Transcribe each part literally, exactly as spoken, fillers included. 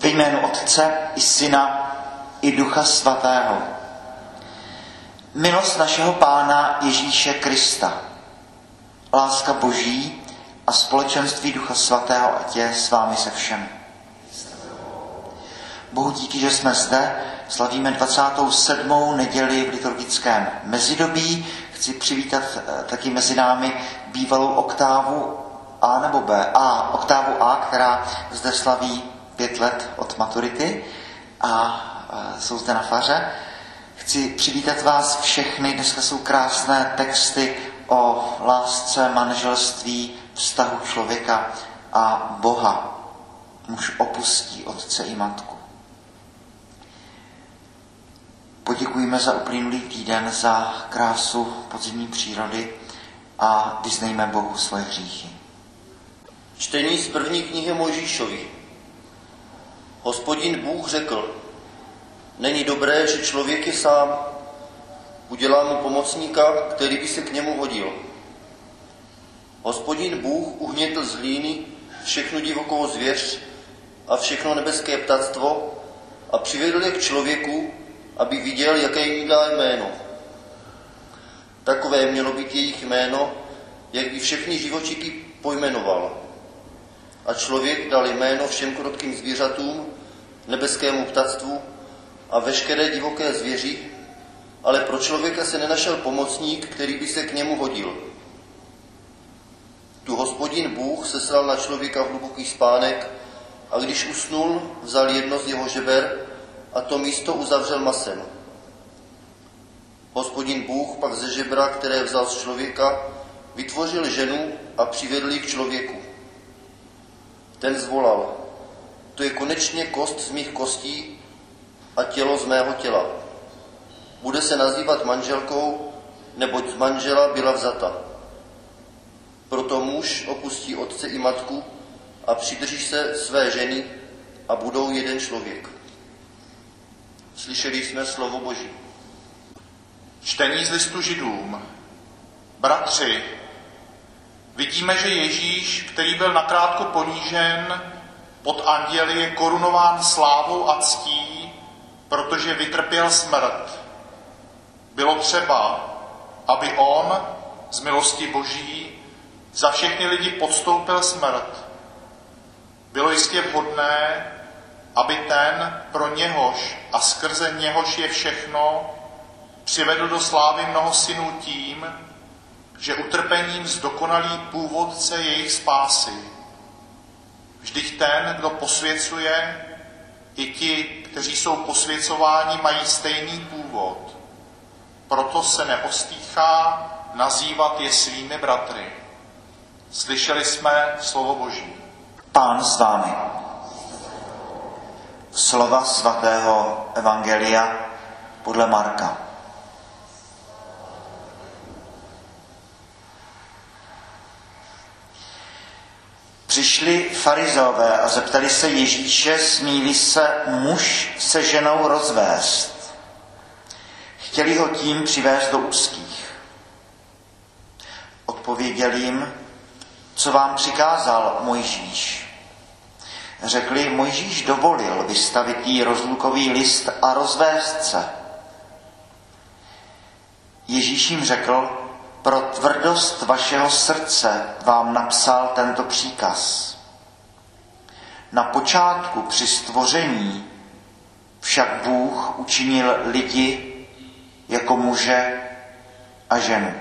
Ve jménu Otce i Syna i Ducha Svatého. Milost našeho Pána Ježíše Krista, láska Boží a společenství Ducha Svatého, ať je s vámi se všemi. Bohu díky, že jsme zde, slavíme dvacátou sedmou neděli v liturgickém mezidobí. Chci přivítat taky mezi námi bývalou oktávu A nebo B. A, oktávu A, která zde slaví pět let od maturity a jsou zde na faře. Chci přivítat vás všechny. Dneska jsou krásné texty o lásce, manželství, vztahu člověka a Boha. Muž opustí otce i matku. Poděkujeme za uplynulý týden, za krásu podzimní přírody a vyznejme Bohu svoje hříchy. Čtení z první knihy Mojžíšovi. Hospodin Bůh řekl: Není dobré, že člověk je sám. Udělá mu pomocníka, který by se k němu hodil. Hospodin Bůh uhnětl z hlíny všechnu divokou zvěř a všechno nebeské ptactvo a přivedl je k člověku, aby viděl, jaké jim dá jméno. Takové mělo být jejich jméno, jak by všechny živočichy pojmenoval. A člověk dal jméno všem krotkým zvířatům, nebeskému ptactvu a veškeré divoké zvěři, ale pro člověka se nenašel pomocník, který by se k němu hodil. Tu Hospodin Bůh seslal na člověka hluboký spánek a když usnul, vzal jedno z jeho žeber a to místo uzavřel masem. Hospodin Bůh pak ze žebra, které vzal z člověka, vytvořil ženu a přivedl ji k člověku. Ten zvolal: To je konečně kost z mých kostí a tělo z mého těla. Bude se nazývat manželkou, neboť z manžela byla vzata. Proto muž opustí otce i matku a přidrží se své ženy a budou jeden člověk. Slyšeli jsme slovo Boží. Čtení z listu Židům. Bratři, vidíme, že Ježíš, který byl nakrátko ponížen, pod anděli je korunován slávou a ctí, protože vytrpěl smrt. Bylo třeba, aby on z milosti Boží za všechny lidi podstoupil smrt. Bylo jistě vhodné, aby ten, pro něhož a skrze něhož je všechno, přivedl do slávy mnoho synů tím, že utrpením zdokonalí původce jejich spásy. Vždyť ten, kdo posvěcuje, i ti, kteří jsou posvěcováni, mají stejný původ. Proto se neostýchá nazývat je svými bratry. Slyšeli jsme slovo Boží. Pán s vámi. Slova svatého evangelia podle Marka. Přišli farizové a zeptali se Ježíše, smí-li se muž se ženou rozvést. Chtěli ho tím přivést do úzkých. Odpověděl jim: Co vám přikázal Mojžíš? Řekli: Mojžíš dovolil vystavit jí rozlukový list a rozvést se. Ježíš jim řekl: Pro tvrdost vašeho srdce vám napsal tento příkaz. Na počátku při stvoření však Bůh učinil lidi jako muže a ženu.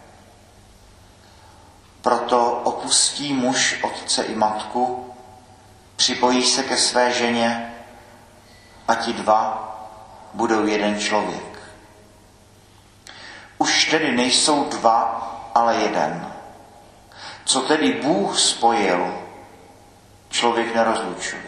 Proto opustí muž otce i matku, připojí se ke své ženě a ti dva budou jeden člověk. Už tedy nejsou dva, ale jeden. Co tedy Bůh spojil, člověk nerozlučuje.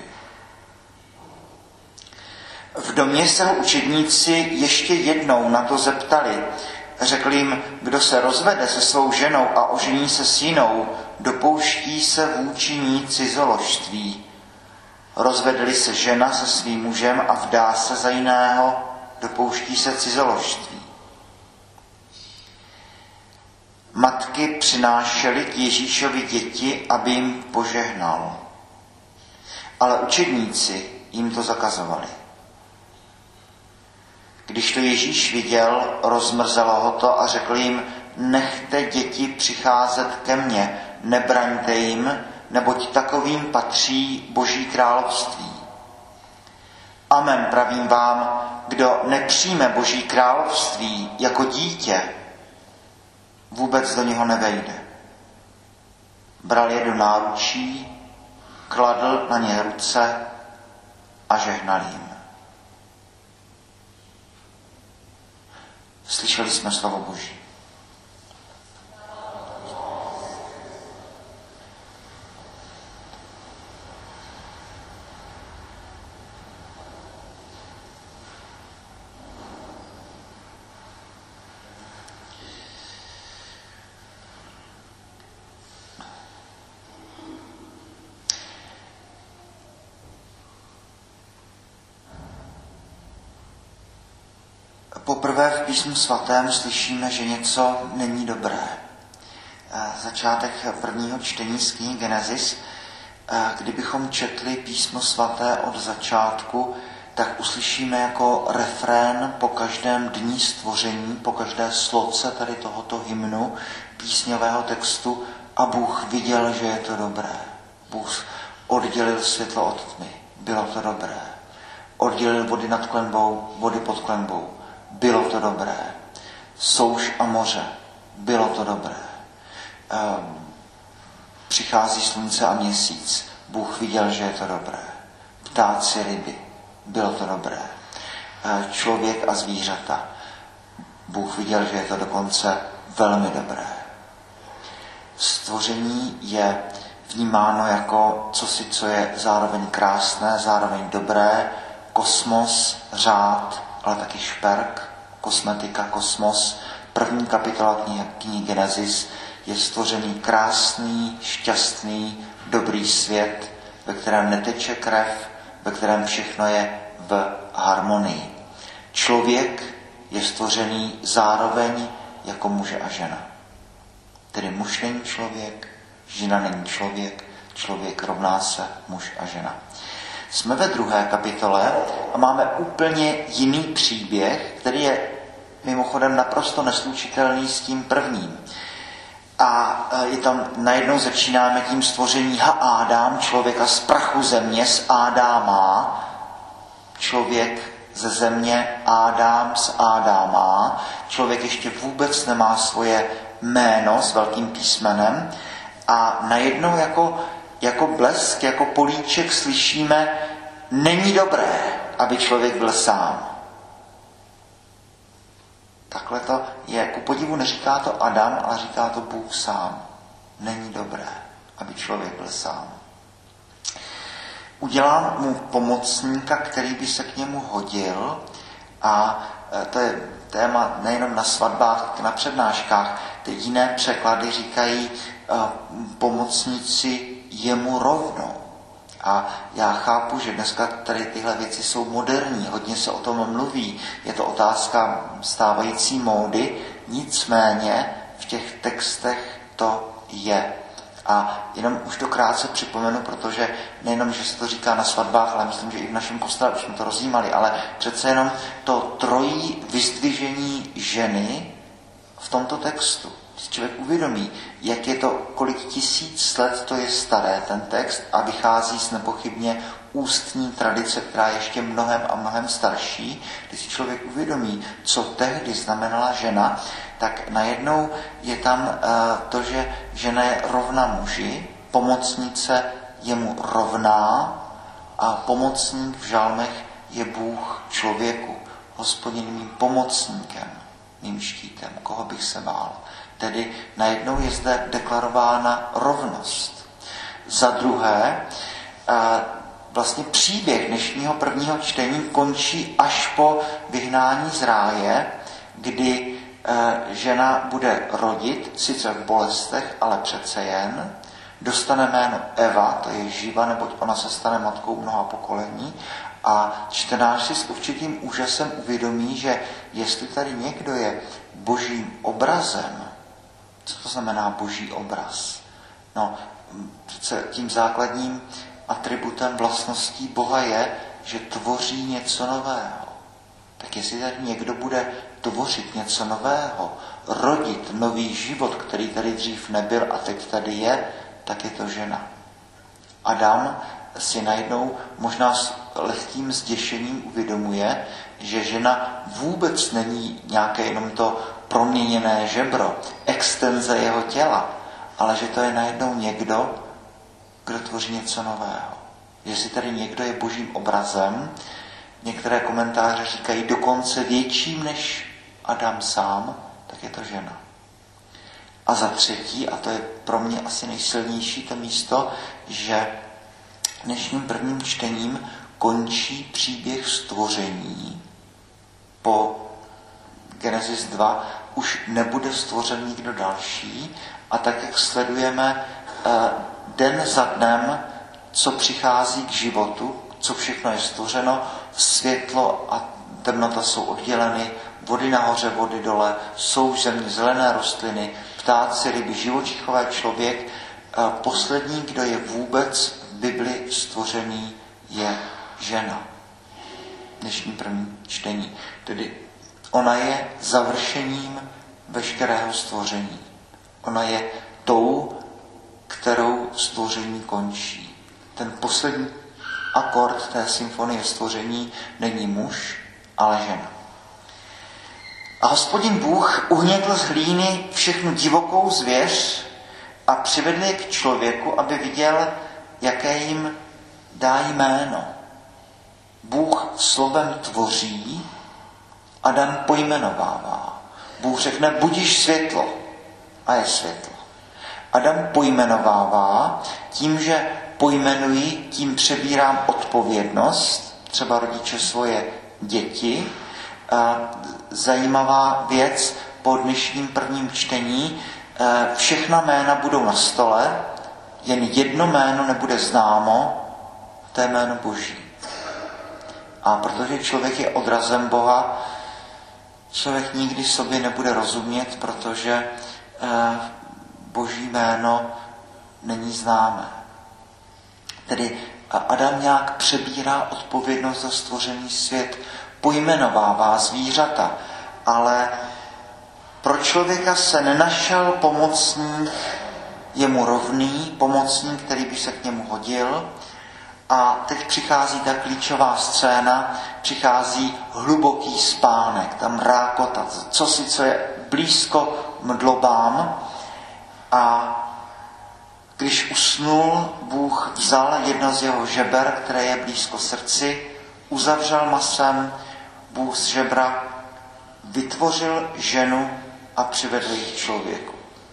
V domě se ho učedníci ještě jednou na to zeptali. Řekl jim: Kdo se rozvede se svou ženou a ožení se s jinou, dopouští se vůči ní cizoložství. Rozvedli se žena se svým mužem a vdá se za jiného, dopouští se cizoložství. Matky přinášely k Ježíšovi děti, aby jim požehnal. Ale učedníci jim to zakazovali. Když to Ježíš viděl, rozmrzelo ho to a řekl jim, nechte děti přicházet ke mně, nebraňte jim, neboť takovým patří Boží království. Amen, pravím vám, kdo nepřijme Boží království jako dítě, vůbec do něho nevejde. Bral je do náručí, kladl na ně ruce a žehnal jim. Slyšeli jsme slovo Boží. Poprvé v Písmu svatém slyšíme, že něco není dobré. Začátek prvního čtení z knihy Genesis, kdybychom četli Písmo svaté od začátku, tak uslyšíme jako refrén po každém dni stvoření, po každé sloce tady tohoto hymnu, písňového textu, a Bůh viděl, že je to dobré. Bůh oddělil světlo od tmy. Bylo to dobré. Oddělil vody nad klenbou, vody pod klenbou. Bylo to dobré. Souš a moře. Bylo to dobré. Ehm, přichází slunce a měsíc. Bůh viděl, že je to dobré. Ptáci, ryby. Bylo to dobré. Ehm, člověk a zvířata. Bůh viděl, že je to dokonce velmi dobré. Stvoření je vnímáno jako cosi, co je zároveň krásné, zároveň dobré. Kosmos, řád, ale taky šperk, kosmetika, kosmos. První kapitola knihy, knihy Genesis je stvořený krásný, šťastný, dobrý svět, ve kterém neteče krev, ve kterém všechno je v harmonii. Člověk je stvořený zároveň jako muže a žena. Tedy muž není člověk, žena není člověk, člověk rovná se muž a žena. Jsme ve druhé kapitole a máme úplně jiný příběh, který je mimochodem naprosto neslučitelný s tím prvním. A je tam, najednou začínáme tím stvoření ha Ádám, člověka z prachu země, z Ádáma, člověk ze země, Ádám z Ádáma, člověk ještě vůbec nemá svoje jméno s velkým písmenem a najednou jako jako blesk, jako políček slyšíme, není dobré, aby člověk byl sám. Takhle to je, ku podivu neříká to Adam, ale říká to Bůh sám. Není dobré, aby člověk byl sám. Udělám mu pomocníka, který by se k němu hodil, a to je téma nejenom na svatbách, na přednáškách. Ty jiné překlady říkají pomocníci jemu rovnou. A já chápu, že dneska tady tyhle věci jsou moderní, hodně se o tom mluví, je to otázka stávající módy, nicméně v těch textech to je. A jenom už to krátce připomenu, protože nejenom, že se to říká na svatbách, ale myslím, že i v našem kostele už jsme to rozjímali, ale přece jenom to trojí vyzdvižení ženy v tomto textu. Si člověk uvědomí, jak je to, kolik tisíc let to je staré, ten text, a vychází z nepochybně ústní tradice, která je ještě mnohem a mnohem starší. Když si člověk uvědomí, co tehdy znamenala žena, tak najednou je tam uh, to, že žena je rovna muži, pomocnice je mu rovná a pomocník v žalmech je Bůh člověku, Hospodin mým pomocníkem, mým štítem, koho bych se bál. Tedy najednou je zde deklarována rovnost. Za druhé, vlastně příběh dnešního prvního čtení končí až po vyhnání z ráje, kdy žena bude rodit, sice v bolestech, ale přece jen, dostane jméno Eva, to je živa, neboť ona se stane matkou mnoha pokolení, a čtenář si s určitým úžasem uvědomí, že jestli tady někdo je božím obrazem, co to znamená boží obraz? No, přece tím základním atributem vlastností Boha je, že tvoří něco nového. Tak jestli tady někdo bude tvořit něco nového, rodit nový život, který tady dřív nebyl a teď tady je, tak je to žena. Adam si najednou možná s lehkým zděšením uvědomuje, že žena vůbec není nějaké jenom to proměněné žebro, extenze jeho těla, ale že to je najednou někdo, kdo tvoří něco nového. Jestli tady někdo je božím obrazem, některé komentáře říkají dokonce větším než Adam sám, tak je to žena. A za třetí, a to je pro mě asi nejsilnější to místo, že dnešním prvním čtením končí příběh stvoření. Po Genesis dva už nebude stvořen nikdo další a tak, jak sledujeme den za dnem, co přichází k životu, co všechno je stvořeno, světlo a temnota jsou odděleny, vody nahoře, vody dole, jsou země, zelené rostliny, ptáci, ryby, živočichové, člověk. Poslední, kdo je vůbec v Bibli stvořený, je žena. Dnešní první čtení. Tedy ona je završením veškerého stvoření. Ona je tou, kterou stvoření končí. Ten poslední akord té symfonie stvoření není muž, ale žena. A Hospodin Bůh uhnětl z hlíny všechnu divokou zvěř a přivedl je k člověku, aby viděl, jaké jim dá jméno. Bůh slovem tvoří, Adam pojmenovává. Bůh řekne, budiš světlo, a je světlo. Adam pojmenovává, tím, že pojmenuji, tím přebírám odpovědnost, třeba rodiče svoje děti. Zajímavá věc po dnešním prvním čtení, všechna jména budou na stole, jen jedno jméno nebude známo, to je jméno Boží. A protože člověk je odrazem Boha, člověk nikdy sobě nebude rozumět, protože Boží jméno není známé. Tedy Adam nějak přebírá odpovědnost za stvořený svět, pojmenovává zvířata, ale pro člověka se nenašel pomocník jemu rovný, pomocník, který by se k němu hodil. A teď přichází ta klíčová scéna, přichází hluboký spánek, tam rákota, co si, co je blízko mdlobám. A když usnul, Bůh vzal jedno z jeho žeber, které je blízko srdci, uzavřel masem, Bůh z žebra vytvořil ženu a přivedl ji k člověku.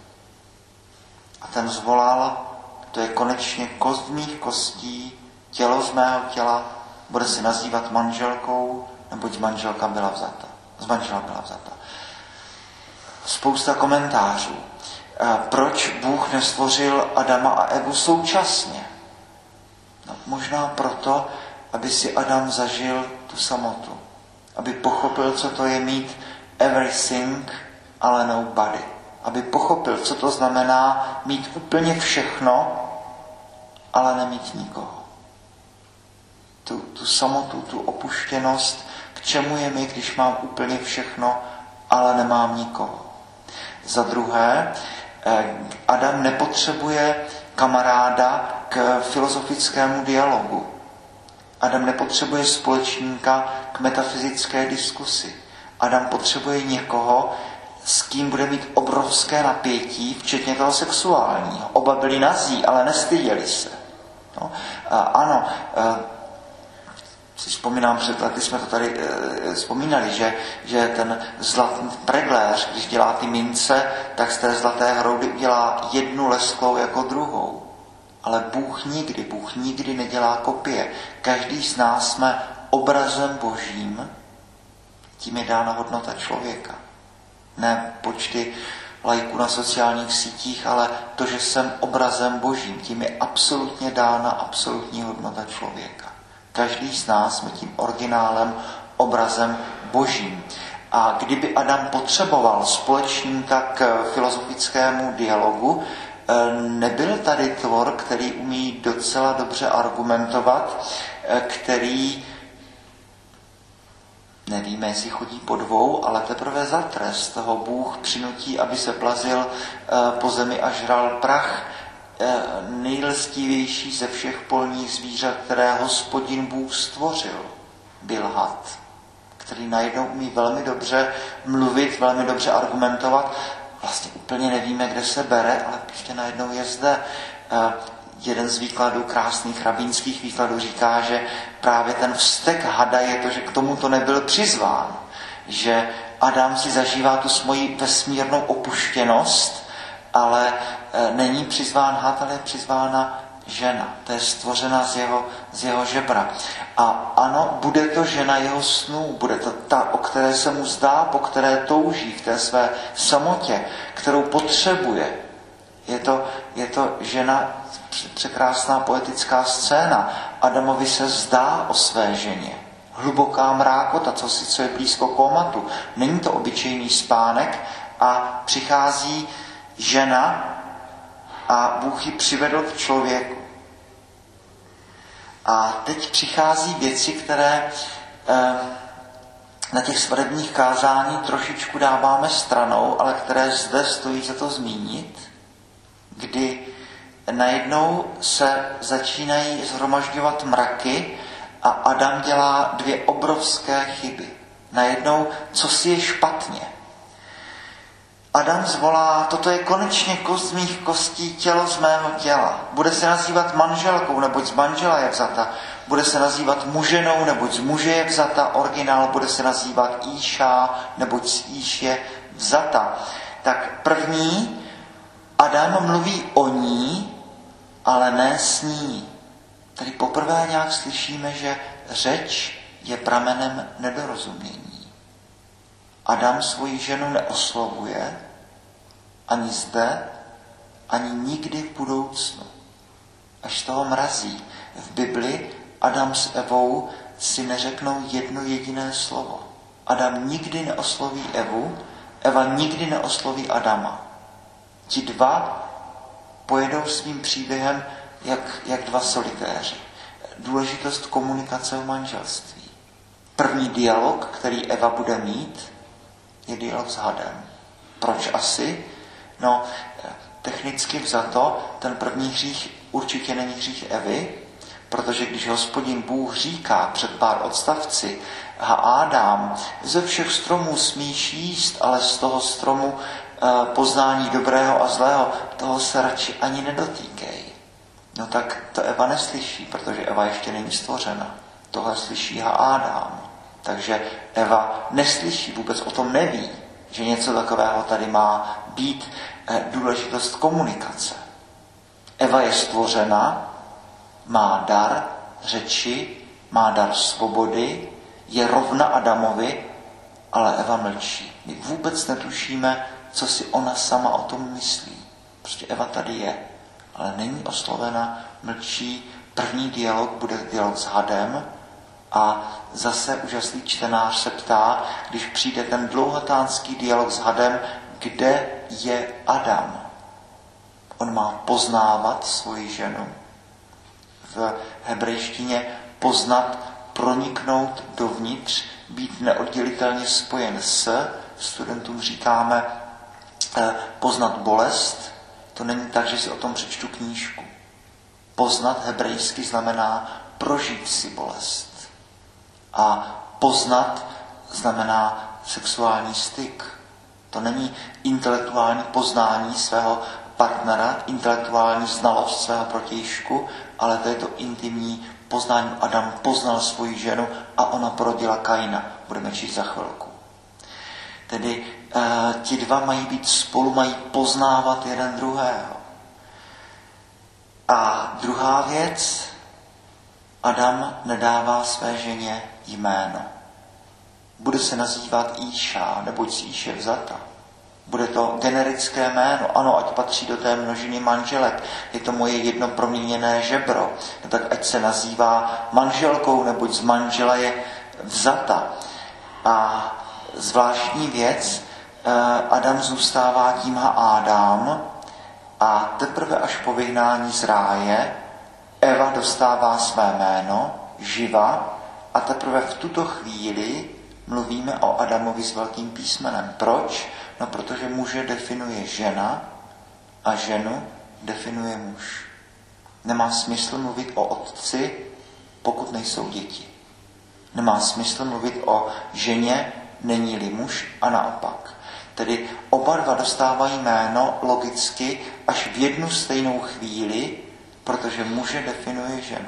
A ten zvolal, to je konečně kost mých kostí, tělo z mého těla, bude se nazývat manželkou, neboť manželka byla vzata. Z manžela byla vzata. Spousta komentářů. Proč Bůh nestvořil Adama a Evu současně? No, možná proto, aby si Adam zažil tu samotu. Aby pochopil, co to je mít everything, ale nobody. Aby pochopil, co to znamená mít úplně všechno, ale nemít nikoho. Tu, tu samotu, tu opuštěnost, k čemu je mi, když mám úplně všechno, ale nemám nikoho. Za druhé, Adam nepotřebuje kamaráda k filozofickému dialogu. Adam nepotřebuje společníka k metafyzické diskusi. Adam potřebuje někoho, s kým bude mít obrovské napětí, včetně toho sexuálního. Oba byli nazí, ale nestyděli se. No, a ano, a, si vzpomínám, před lety jsme to tady e, vzpomínali, že, že ten zlatý pregléř, když dělá ty mince, tak z té zlaté hroudy udělá jednu lesklou jako druhou. Ale Bůh nikdy, Bůh nikdy nedělá kopie. Každý z nás jsme obrazem Božím, tím je dána hodnota člověka. Ne počty lajků na sociálních sítích, ale to, že jsem obrazem Božím, tím je absolutně dána absolutní hodnota člověka. Každý z nás jsme tím originálem, obrazem Božím. A kdyby Adam potřeboval společníka k filozofickému dialogu, nebyl tady tvor, který umí docela dobře argumentovat, který nevíme, jestli chodí po dvou, ale teprve za trest toho Bůh přinutí, aby se plazil po zemi a žral prach. Nejlstivější ze všech polních zvířat, které Hospodin Bůh stvořil, byl had, který najednou umí velmi dobře mluvit, velmi dobře argumentovat. Vlastně úplně nevíme, kde se bere, ale prostě najednou je zde. Jeden z výkladů, krásných rabínských výkladů, říká, že právě ten vztek hada je to, že k tomuto nebyl přizván. Že Adam si zažívá tu svoji vesmírnou opuštěnost, ale není přizván had, ale je přizvána žena. To je stvořena z jeho, z jeho žebra. A ano, bude to žena jeho snů, bude to ta, o které se mu zdá, po které touží v té své samotě, kterou potřebuje. Je to, je to žena, překrásná poetická scéna. Adamovi se zdá o své ženě. Hluboká mrákota, co si co je blízko komatu. Není to obyčejný spánek a přichází žena a Bůh ji přivedl k člověku. A teď přichází věci, které eh, na těch svadebních kázání trošičku dáváme stranou, ale které zde stojí za to zmínit, kdy najednou se začínají shromažďovat mraky a Adam dělá dvě obrovské chyby. Najednou, co si je špatně. Adam zvolá, toto je konečně kost z mých kostí, tělo z mého těla. Bude se nazývat manželkou, neboť z manžela je vzata. Bude se nazývat muženou, neboť z muže je vzata. Originál bude se nazývat Íša, neboť z Íš je vzata. Tak první, Adam mluví o ní, ale ne s ní. Tady poprvé nějak slyšíme, že řeč je pramenem nedorozumění. Adam svoji ženu neoslovuje ani zde, ani nikdy v budoucnu. Až z toho mrazí. V Bibli Adam s Evou si neřeknou jedno jediné slovo. Adam nikdy neosloví Evu, Eva nikdy neosloví Adama. Ti dva pojedou svým příběhem jak, jak dva solitéři. Důležitost komunikace v manželství. První dialog, který Eva bude mít, je dialog s hadem. Proč asi? No, technicky vzato, ten první hřích určitě není hřích Evy, protože když Hospodin Bůh říká před pár odstavci a Ádám, ze všech stromů smíš jíst, ale z toho stromu e, poznání dobrého a zlého, toho se radši ani nedotýkej. No tak to Eva neslyší, protože Eva ještě není stvořena. Tohle slyší Ádám. Takže Eva neslyší, vůbec o tom neví, že něco takového tady má být e, důležitost komunikace. Eva je stvořena, má dar řeči, má dar svobody, je rovna Adamovi, ale Eva mlčí. My vůbec netušíme, co si ona sama o tom myslí. Prostě Eva tady je, ale není oslovena, mlčí. První dialog bude dialog s hadem a zase úžasný čtenář se ptá, když přijde ten dlouhatánský dialog s hadem, kde je Adam? On má poznávat svoji ženu. V hebrejštině poznat, proniknout dovnitř, být neoddělitelně spojen s, studentům říkáme eh, poznat bolest, to není tak, že si o tom přečtu knížku. Poznat hebrejsky znamená prožít si bolest. A poznat znamená sexuální styk. To není intelektuální poznání svého partnera, intelektuální znalost svého protějšku, ale to je to intimní poznání. Adam poznal svoji ženu a ona porodila Kaina. Budeme číst za chvilku. Tedy e, ti dva mají být spolu, mají poznávat jeden druhého. A druhá věc, Adam nedává své ženě jméno. Bude se nazývat Íša, neboť z Íš je vzata. Bude to generické jméno, ano, ať patří do té množiny manželek, je to moje jedno proměněné žebro, no tak ať se nazývá manželkou, neboť z manžela je vzata. A zvláštní věc, Adam zůstává tím Ádám a teprve až po vyhnání z ráje Eva dostává své jméno, Živa, a teprve v tuto chvíli mluvíme o Adamovi s velkým písmenem. Proč? No, protože muže definuje žena a ženu definuje muž. Nemá smysl mluvit o otci, pokud nejsou děti. Nemá smysl mluvit o ženě, není-li muž, a naopak. Tedy oba dva dostávají jméno logicky až v jednu stejnou chvíli, protože muže definuje žena.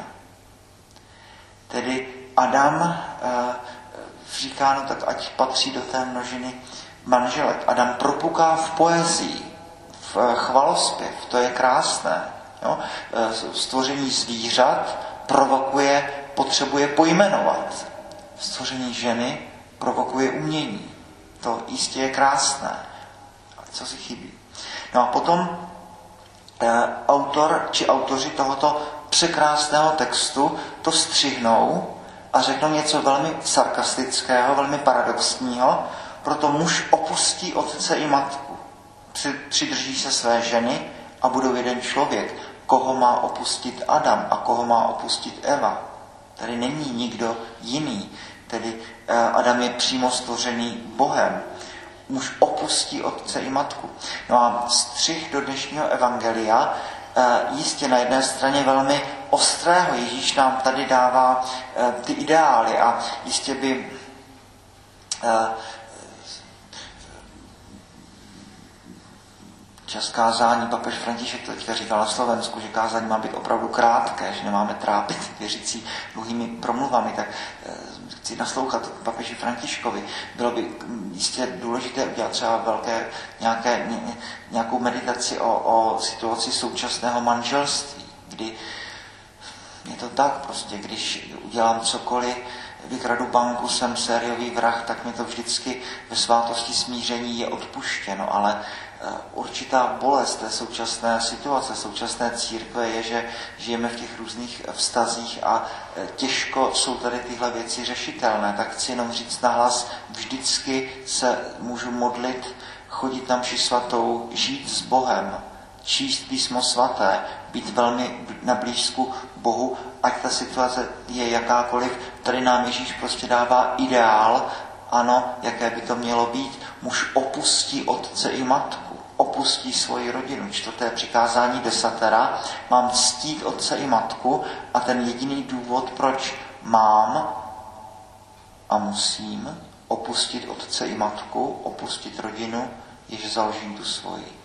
Tedy Adam e, říká, no tak ať patří do té množiny manželek. Adam propuká v poezii, v chvalospěv, to je krásné. Jo? Stvoření zvířat provokuje, potřebuje pojmenovat. Stvoření ženy provokuje umění. To jistě je krásné. Ale co si chybí? No a potom eh, autor či autoři tohoto překrásného textu to střihnou a řeknou něco velmi sarkastického, velmi paradoxního, proto muž opustí otce i matku. Přidrží se své ženy a budou jeden člověk. Koho má opustit Adam a koho má opustit Eva? Tady není nikdo jiný. Tedy Adam je přímo stvořený Bohem. Muž opustí otce i matku. No a střih do dnešního evangelia, jistě na jedné straně velmi ostrého. Ježíš nám tady dává ty ideály a jistě by čas kázání papež František teďka říkal na Slovensku, že kázání má být opravdu krátké, že nemáme trápit věřící dlouhými promluvami, tak chci naslouchat papeži Františkovi. Bylo by jistě důležité udělat třeba velké, nějaké, nějakou meditaci o, o situaci současného manželství, kdy je to tak prostě, když udělám cokoliv, vykradu banku, jsem sériový vrah, tak mi to vždycky ve svátosti smíření je odpuštěno, ale určitá bolest té současné situace, současné církve je, že žijeme v těch různých vztazích a těžko jsou tady tyhle věci řešitelné. Tak chci jenom říct nahlas, vždycky se můžu modlit, chodit na mši svatou, žít s Bohem, číst písmo svaté, být velmi na blízku Bohu, ať ta situace je jakákoliv. Tady nám Ježíš prostě dává ideál, ano, jaké by to mělo být. Muž opustí otce i matku, opustí svoji rodinu. Čtvrté přikázání desatera, mám ctít otce i matku a ten jediný důvod, proč mám a musím opustit otce i matku, opustit rodinu, je, že založím tu svoji.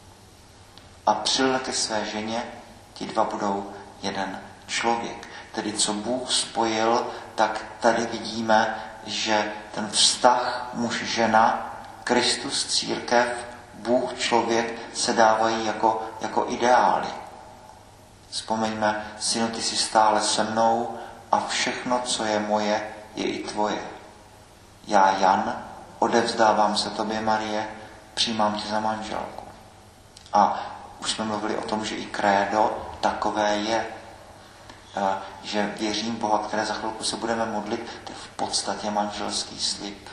A přilne ke své ženě, ti dva budou jeden člověk. Tedy co Bůh spojil, tak tady vidíme, že ten vztah muž-žena, Kristus, církev, Bůh, člověk se dávají jako, jako ideály. Vzpomeňme, synu, ty jsi stále se mnou a všechno, co je moje, je i tvoje. Já, Jan, odevzdávám se tobě, Marie, přijímám tě za manželku. A už jsme mluvili o tom, že i krédo takové je. Že věřím Boha, které za chvilku se budeme modlit, to je v podstatě manželský slib.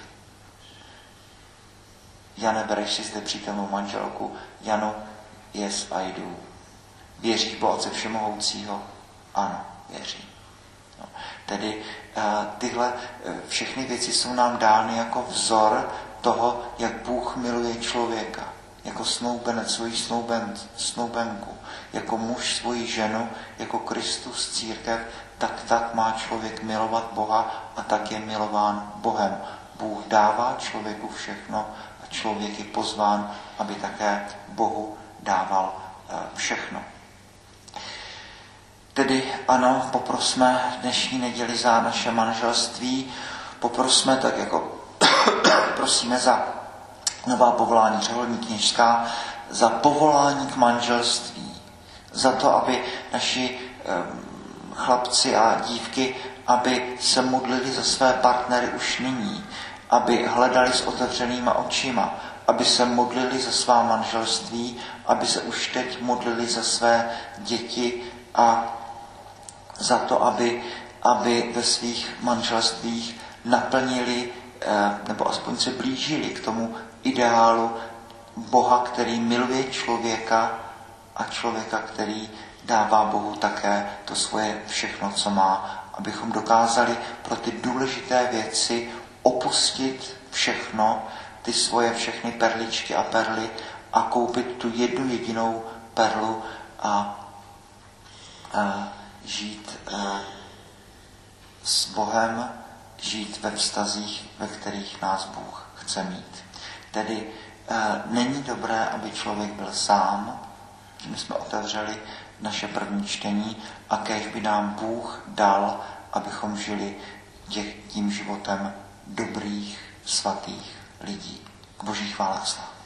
Jane, bereš si zde přítelnou manželku? Janu, yes, I do. Věříš Boha Otce Všemohoucího? Ano, věřím. No, tedy tyhle všechny věci jsou nám dány jako vzor toho, jak Bůh miluje člověka. Jako snoubenec svoji snouben, snoubenku, jako muž svoji ženu, jako Kristus církev, tak tak má člověk milovat Boha a tak je milován Bohem. Bůh dává člověku všechno a člověk je pozván, aby také Bohu dával všechno. Tedy ano, poprosme dnešní neděli za naše manželství, poprosme tak jako prosíme za nová povolání, řeholní kněžská, za povolání k manželství, za to, aby naši um, chlapci a dívky, aby se modlili za své partnery už nyní, aby hledali s otevřenýma očima, aby se modlili za svá manželství, aby se už teď modlili za své děti a za to, aby, aby ve svých manželstvích naplnili nebo aspoň se blížili k tomu ideálu Boha, který miluje člověka a člověka, který dává Bohu také to svoje všechno, co má, abychom dokázali pro ty důležité věci opustit všechno, ty svoje všechny perličky a perly a koupit tu jednu jedinou perlu a, a žít a, s Bohem, žít ve vztazích, ve kterých nás Bůh chce mít. Tedy e, není dobré, aby člověk byl sám. My jsme otevřeli naše první čtení a kéž by nám Bůh dal, abychom žili těch, tím životem dobrých, svatých lidí. K Boží chvále a sláva.